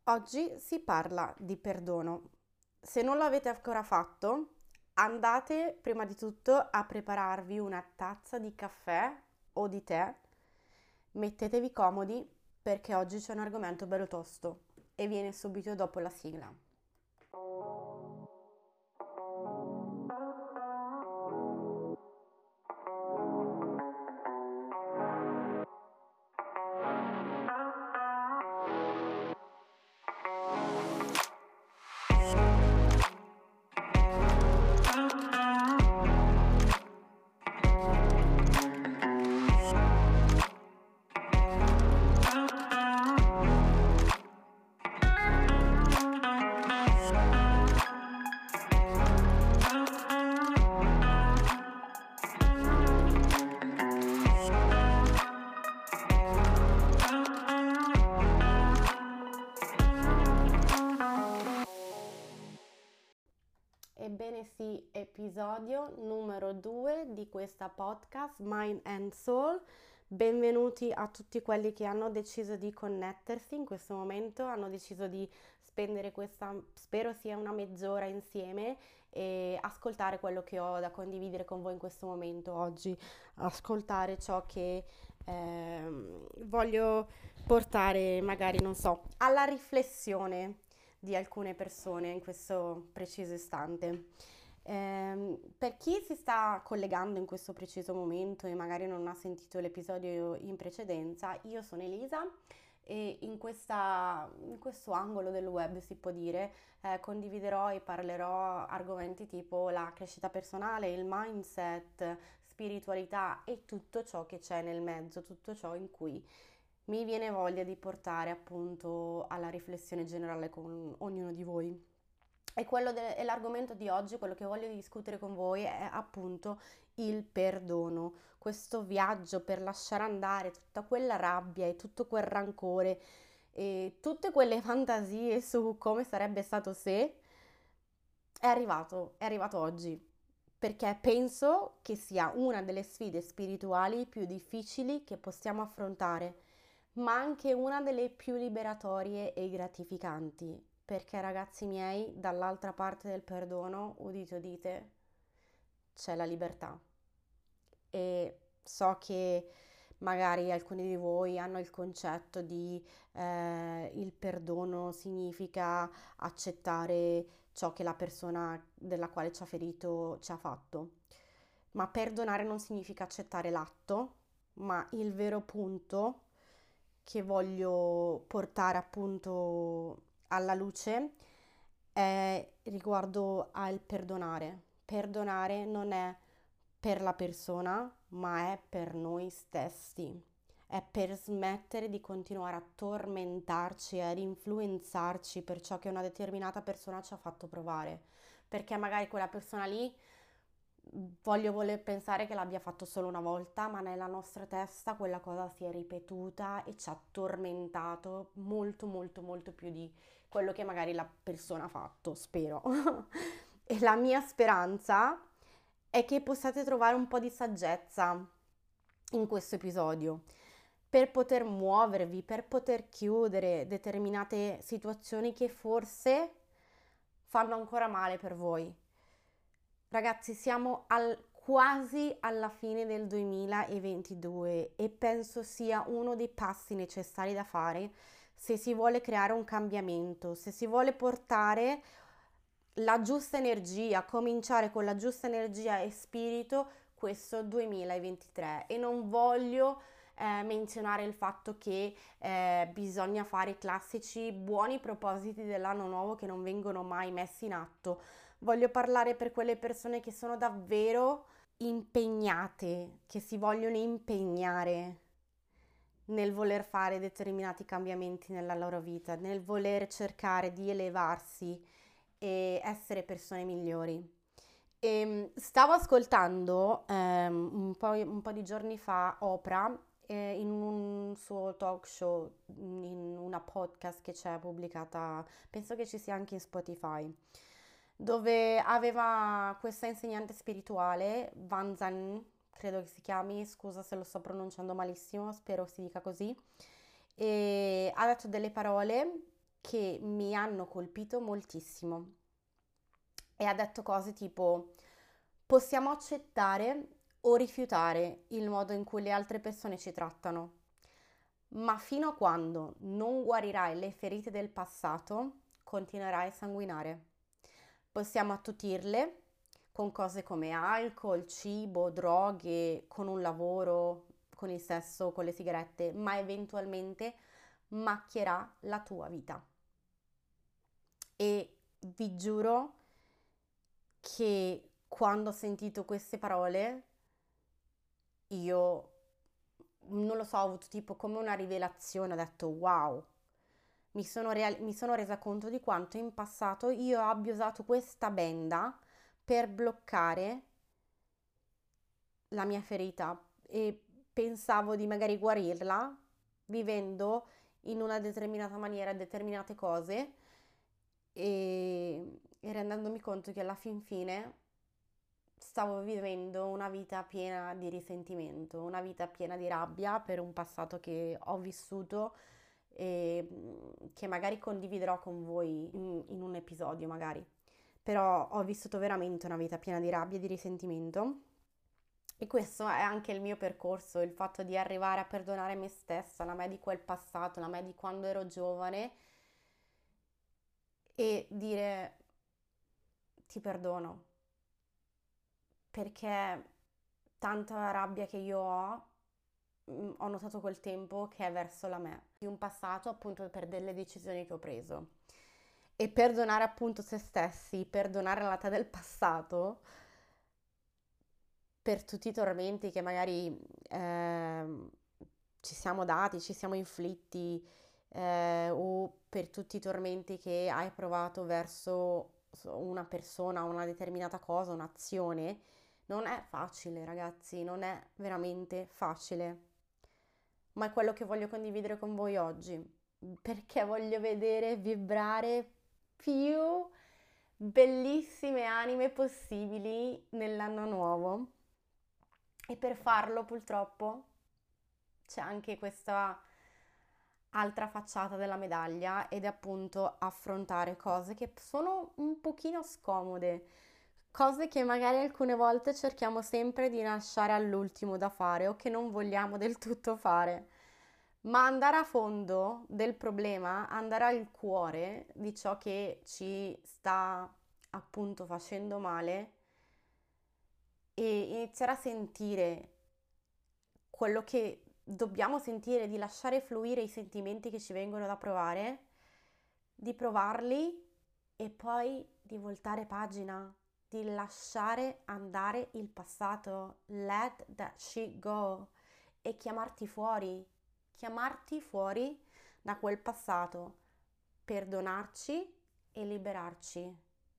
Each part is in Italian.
Oggi si parla di perdono. Se non l'avete ancora fatto, andate prima di tutto a prepararvi una tazza di caffè o di tè, mettetevi comodi perché oggi c'è un argomento bello tosto e viene subito dopo la sigla. Ebbene sì, episodio numero 2 di questa podcast Mind and Soul. Benvenuti a tutti quelli che hanno deciso di connettersi in questo momento, hanno deciso di spendere questa, spero sia una mezz'ora insieme e ascoltare quello che ho da condividere con voi in questo momento oggi, ascoltare ciò che voglio portare magari, non so, alla riflessione di alcune persone in questo preciso istante. Per chi si sta collegando in questo preciso momento e magari non ha sentito l'episodio in precedenza, io sono Elisa e in questo angolo del web si può dire condividerò e parlerò argomenti tipo la crescita personale, il mindset, spiritualità e tutto ciò che c'è nel mezzo, tutto ciò in cui mi viene voglia di portare appunto alla riflessione generale con ognuno di voi. E l'argomento di oggi, quello che voglio discutere con voi è appunto il perdono, questo viaggio per lasciare andare tutta quella rabbia e tutto quel rancore e tutte quelle fantasie su come sarebbe stato se è arrivato oggi, perché penso che sia una delle sfide spirituali più difficili che possiamo affrontare, ma anche una delle più liberatorie e gratificanti, perché ragazzi miei, dall'altra parte del perdono, udite udite, c'è la libertà. E so che magari alcuni di voi hanno il concetto di il perdono significa accettare ciò che la persona della quale ci ha ferito ci ha fatto. Ma perdonare non significa accettare l'atto, ma il vero punto che voglio portare appunto alla luce è riguardo al perdonare. Perdonare non è per la persona, ma è per noi stessi. È per smettere di continuare a tormentarci e ad influenzarci per ciò che una determinata persona ci ha fatto provare. Perché magari quella persona lì voglio voler pensare che l'abbia fatto solo una volta, ma nella nostra testa quella cosa si è ripetuta e ci ha tormentato molto molto molto più di quello che magari la persona ha fatto, spero. E la mia speranza è che possiate trovare un po' di saggezza in questo episodio per poter muovervi, per poter chiudere determinate situazioni che forse fanno ancora male per voi. Ragazzi, siamo quasi alla fine del 2022 e penso sia uno dei passi necessari da fare se si vuole creare un cambiamento, se si vuole portare la giusta energia, cominciare con la giusta energia e spirito questo 2023. E non voglio menzionare il fatto che bisogna fare i classici buoni propositi dell'anno nuovo che non vengono mai messi in atto. Voglio parlare per quelle persone che sono davvero impegnate, che si vogliono impegnare nel voler fare determinati cambiamenti nella loro vita, nel voler cercare di elevarsi e essere persone migliori. Stavo ascoltando un po' di giorni fa Oprah in un suo talk show, in una podcast che c'è pubblicata, penso che ci sia anche in Spotify, dove aveva questa insegnante spirituale, Van Zan, credo che si chiami, scusa se lo sto pronunciando malissimo, spero si dica così, e ha detto delle parole che mi hanno colpito moltissimo e ha detto cose tipo: possiamo accettare o rifiutare il modo in cui le altre persone ci trattano, ma fino a quando non guarirai le ferite del passato, continuerai a sanguinare. Possiamo attutirle con cose come alcol, cibo, droghe, con un lavoro, con il sesso, con le sigarette, ma eventualmente macchierà la tua vita. E vi giuro che quando ho sentito queste parole, io non lo so, ho avuto tipo come una rivelazione, ho detto wow, mi sono resa conto di quanto in passato io abbia usato questa benda per bloccare la mia ferita e pensavo di magari guarirla vivendo in una determinata maniera determinate cose e rendendomi conto che alla fin fine stavo vivendo una vita piena di risentimento, una vita piena di rabbia per un passato che ho vissuto e che magari condividerò con voi in un episodio magari. Però ho vissuto veramente una vita piena di rabbia e di risentimento e questo è anche il mio percorso, il fatto di arrivare a perdonare me stessa, la me di quel passato, la me di quando ero giovane e dire ti perdono perché tanta rabbia che io ho notato col tempo che è verso la me, di un passato appunto per delle decisioni che ho preso. E perdonare appunto se stessi, perdonare la te del passato per tutti i tormenti che magari ci siamo dati, ci siamo inflitti, o per tutti i tormenti che hai provato verso una persona, una determinata cosa, un'azione. Non è facile, ragazzi, non è veramente facile, ma è quello che voglio condividere con voi oggi, perché voglio vedere vibrare più bellissime anime possibili nell'anno nuovo. E per farlo, purtroppo, c'è anche questa altra facciata della medaglia ed è appunto affrontare cose che sono un pochino scomode, cose che magari alcune volte cerchiamo sempre di lasciare all'ultimo da fare o che non vogliamo del tutto fare. Ma andare a fondo del problema, andare al cuore di ciò che ci sta appunto facendo male e iniziare a sentire quello che dobbiamo sentire, di lasciare fluire i sentimenti che ci vengono da provare, di provarli e poi di voltare pagina, di lasciare andare il passato, let that shit go e chiamarti fuori da quel passato, perdonarci e liberarci.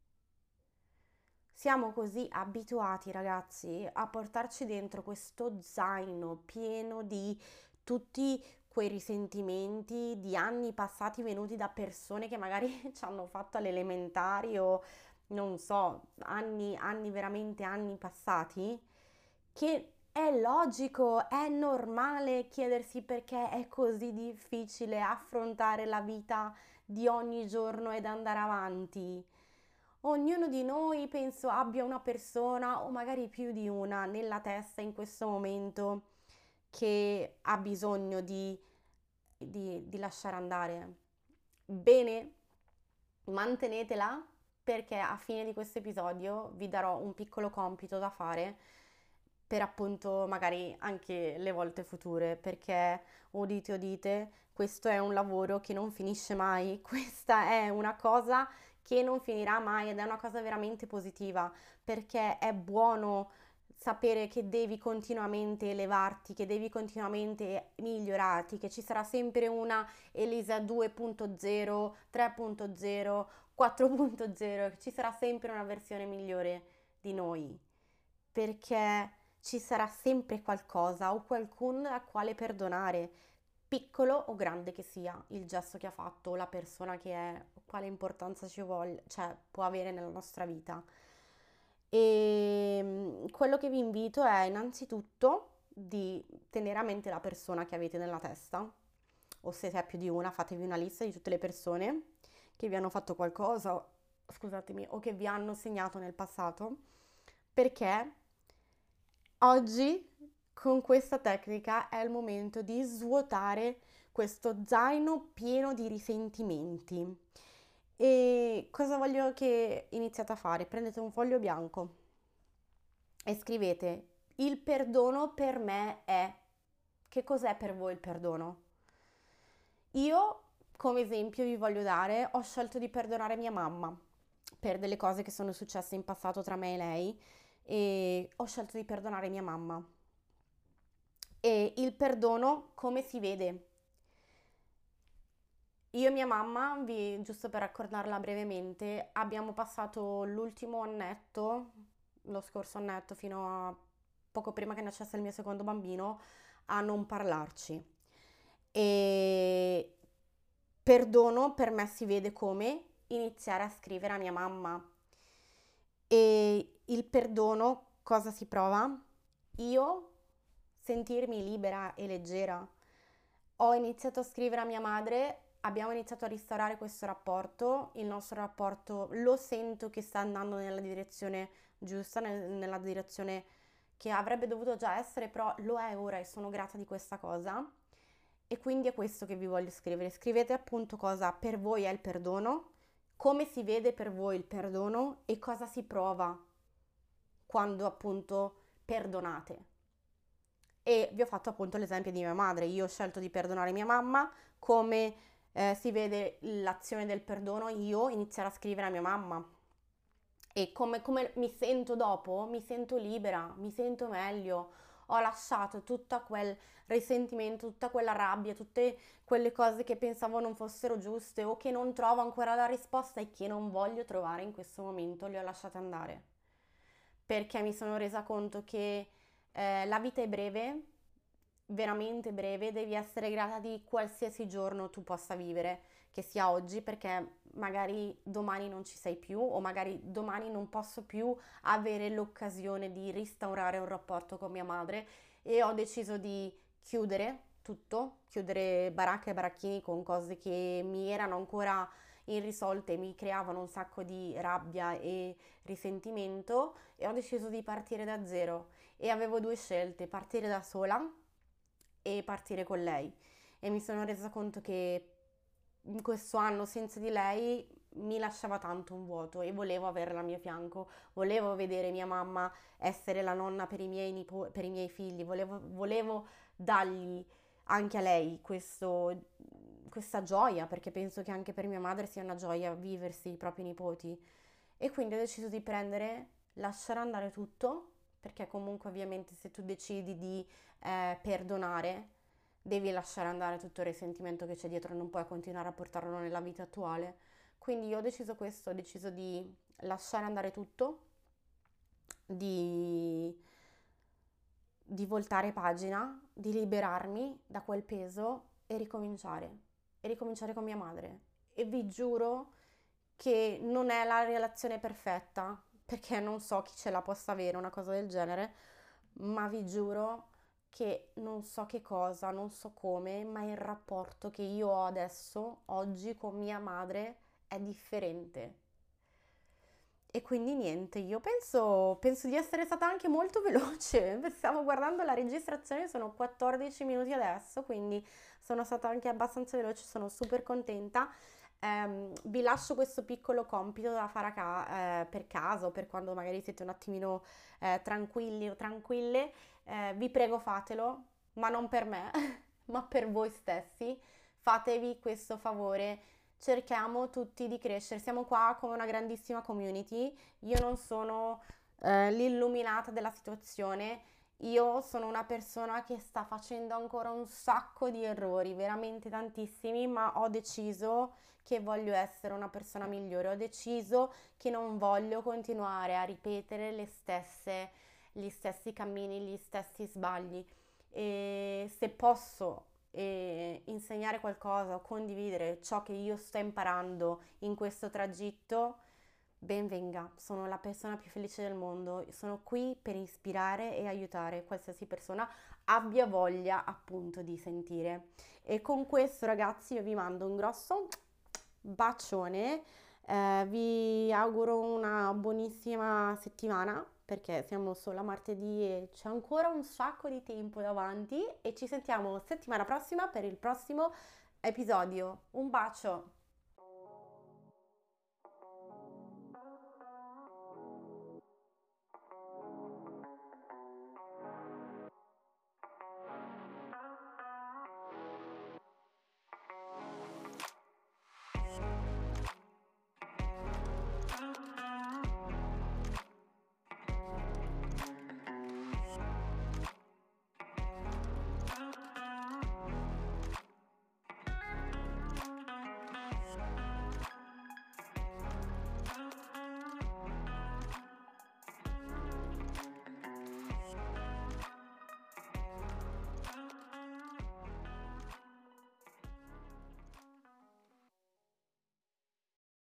Siamo così abituati, ragazzi, a portarci dentro questo zaino pieno di tutti quei risentimenti di anni passati venuti da persone che magari ci hanno fatto alle elementari o non so, anni veramente anni passati, che è logico, è normale chiedersi perché è così difficile affrontare la vita di ogni giorno ed andare avanti. Ognuno di noi penso abbia una persona o magari più di una nella testa in questo momento che ha bisogno di lasciare andare. Bene, mantenetela perché a fine di questo episodio vi darò un piccolo compito da fare per appunto magari anche le volte future, perché udite udite, questo è un lavoro che non finisce mai, questa è una cosa che non finirà mai ed è una cosa veramente positiva, perché è buono sapere che devi continuamente elevarti, che devi continuamente migliorarti, che ci sarà sempre una Elisa 2.0, 3.0, 4.0, che ci sarà sempre una versione migliore di noi, perché ci sarà sempre qualcosa o qualcuno a quale perdonare, piccolo o grande che sia il gesto che ha fatto, la persona che è, quale importanza ci vuole, cioè può avere nella nostra vita. E quello che vi invito è innanzitutto di tenere a mente la persona che avete nella testa, o se è più di una, fatevi una lista di tutte le persone che vi hanno fatto qualcosa, scusatemi, o che vi hanno segnato nel passato, perché oggi con questa tecnica è il momento di svuotare questo zaino pieno di risentimenti. E cosa voglio che iniziate a fare? Prendete un foglio bianco e scrivete: il perdono per me è. Che cos'è per voi il perdono? Io, come esempio, vi voglio dare, ho scelto di perdonare mia mamma per delle cose che sono successe in passato tra me e lei, e ho scelto di perdonare mia mamma. E il perdono come si vede? Io e mia mamma, giusto per raccontarla brevemente, abbiamo passato l'ultimo annetto, lo scorso annetto, fino a poco prima che nascesse il mio secondo bambino, a non parlarci. E perdono per me si vede come iniziare a scrivere a mia mamma. E il perdono cosa si prova? Io sentirmi libera e leggera. Ho iniziato a scrivere a mia madre, abbiamo iniziato a restaurare questo rapporto, il nostro rapporto lo sento che sta andando nella direzione giusta, nella direzione che avrebbe dovuto già essere, però lo è ora e sono grata di questa cosa. E quindi è questo che vi voglio scrivere. Scrivete appunto cosa per voi è il perdono, come si vede per voi il perdono e cosa si prova quando appunto perdonate. E vi ho fatto appunto l'esempio di mia madre. Io ho scelto di perdonare mia mamma, come si vede l'azione del perdono, io iniziare a scrivere a mia mamma. E come mi sento dopo? Mi sento libera, mi sento meglio. Ho lasciato tutto quel risentimento, tutta quella rabbia, tutte quelle cose che pensavo non fossero giuste o che non trovo ancora la risposta e che non voglio trovare in questo momento, le ho lasciate andare. Perché mi sono resa conto che la vita è breve, veramente breve, devi essere grata di qualsiasi giorno tu possa vivere, che sia oggi, perché magari domani non ci sei più o magari domani non posso più avere l'occasione di restaurare un rapporto con mia madre e ho deciso di chiudere tutto, chiudere baracche e baracchini con cose che mi erano ancora irrisolte, mi creavano un sacco di rabbia e risentimento e ho deciso di partire da zero e avevo due scelte, partire da sola e partire con lei. E mi sono resa conto che in questo anno senza di lei mi lasciava tanto un vuoto e volevo averla al mio fianco, volevo vedere mia mamma essere la nonna per i miei, per i miei figli, volevo dargli anche a lei questa gioia, perché penso che anche per mia madre sia una gioia viversi i propri nipoti. E quindi ho deciso di lasciare andare tutto, perché comunque ovviamente se tu decidi di perdonare, devi lasciare andare tutto il risentimento che c'è dietro, non puoi continuare a portarlo nella vita attuale. Quindi io ho deciso questo, ho deciso di lasciare andare tutto, di, di voltare pagina, di liberarmi da quel peso e ricominciare con mia madre. E vi giuro che non è la relazione perfetta, perché non so chi ce la possa avere una cosa del genere, ma vi giuro che non so che cosa, non so come, ma il rapporto che io ho adesso, oggi, con mia madre è differente. E quindi niente, io penso di essere stata anche molto veloce. Stavo guardando la registrazione, sono 14 minuti adesso, quindi sono stata anche abbastanza veloce, sono super contenta. Vi lascio questo piccolo compito da fare per caso, per quando magari siete un attimino tranquilli o tranquille. Vi prego fatelo, ma non per me, ma per voi stessi. Fatevi questo favore, cerchiamo tutti di crescere, siamo qua come una grandissima community, io non sono l'illuminata della situazione, io sono una persona che sta facendo ancora un sacco di errori, veramente tantissimi, ma ho deciso che voglio essere una persona migliore, ho deciso che non voglio continuare a ripetere gli stessi cammini, gli stessi sbagli e se posso insegnare qualcosa o condividere ciò che io sto imparando in questo tragitto, Ben venga, sono la persona più felice del mondo, sono qui per ispirare e aiutare qualsiasi persona abbia voglia appunto di sentire. E con questo ragazzi io vi mando un grosso bacione, vi auguro una buonissima settimana perché siamo solo a martedì e c'è ancora un sacco di tempo davanti e ci sentiamo settimana prossima per il prossimo episodio. Un bacio!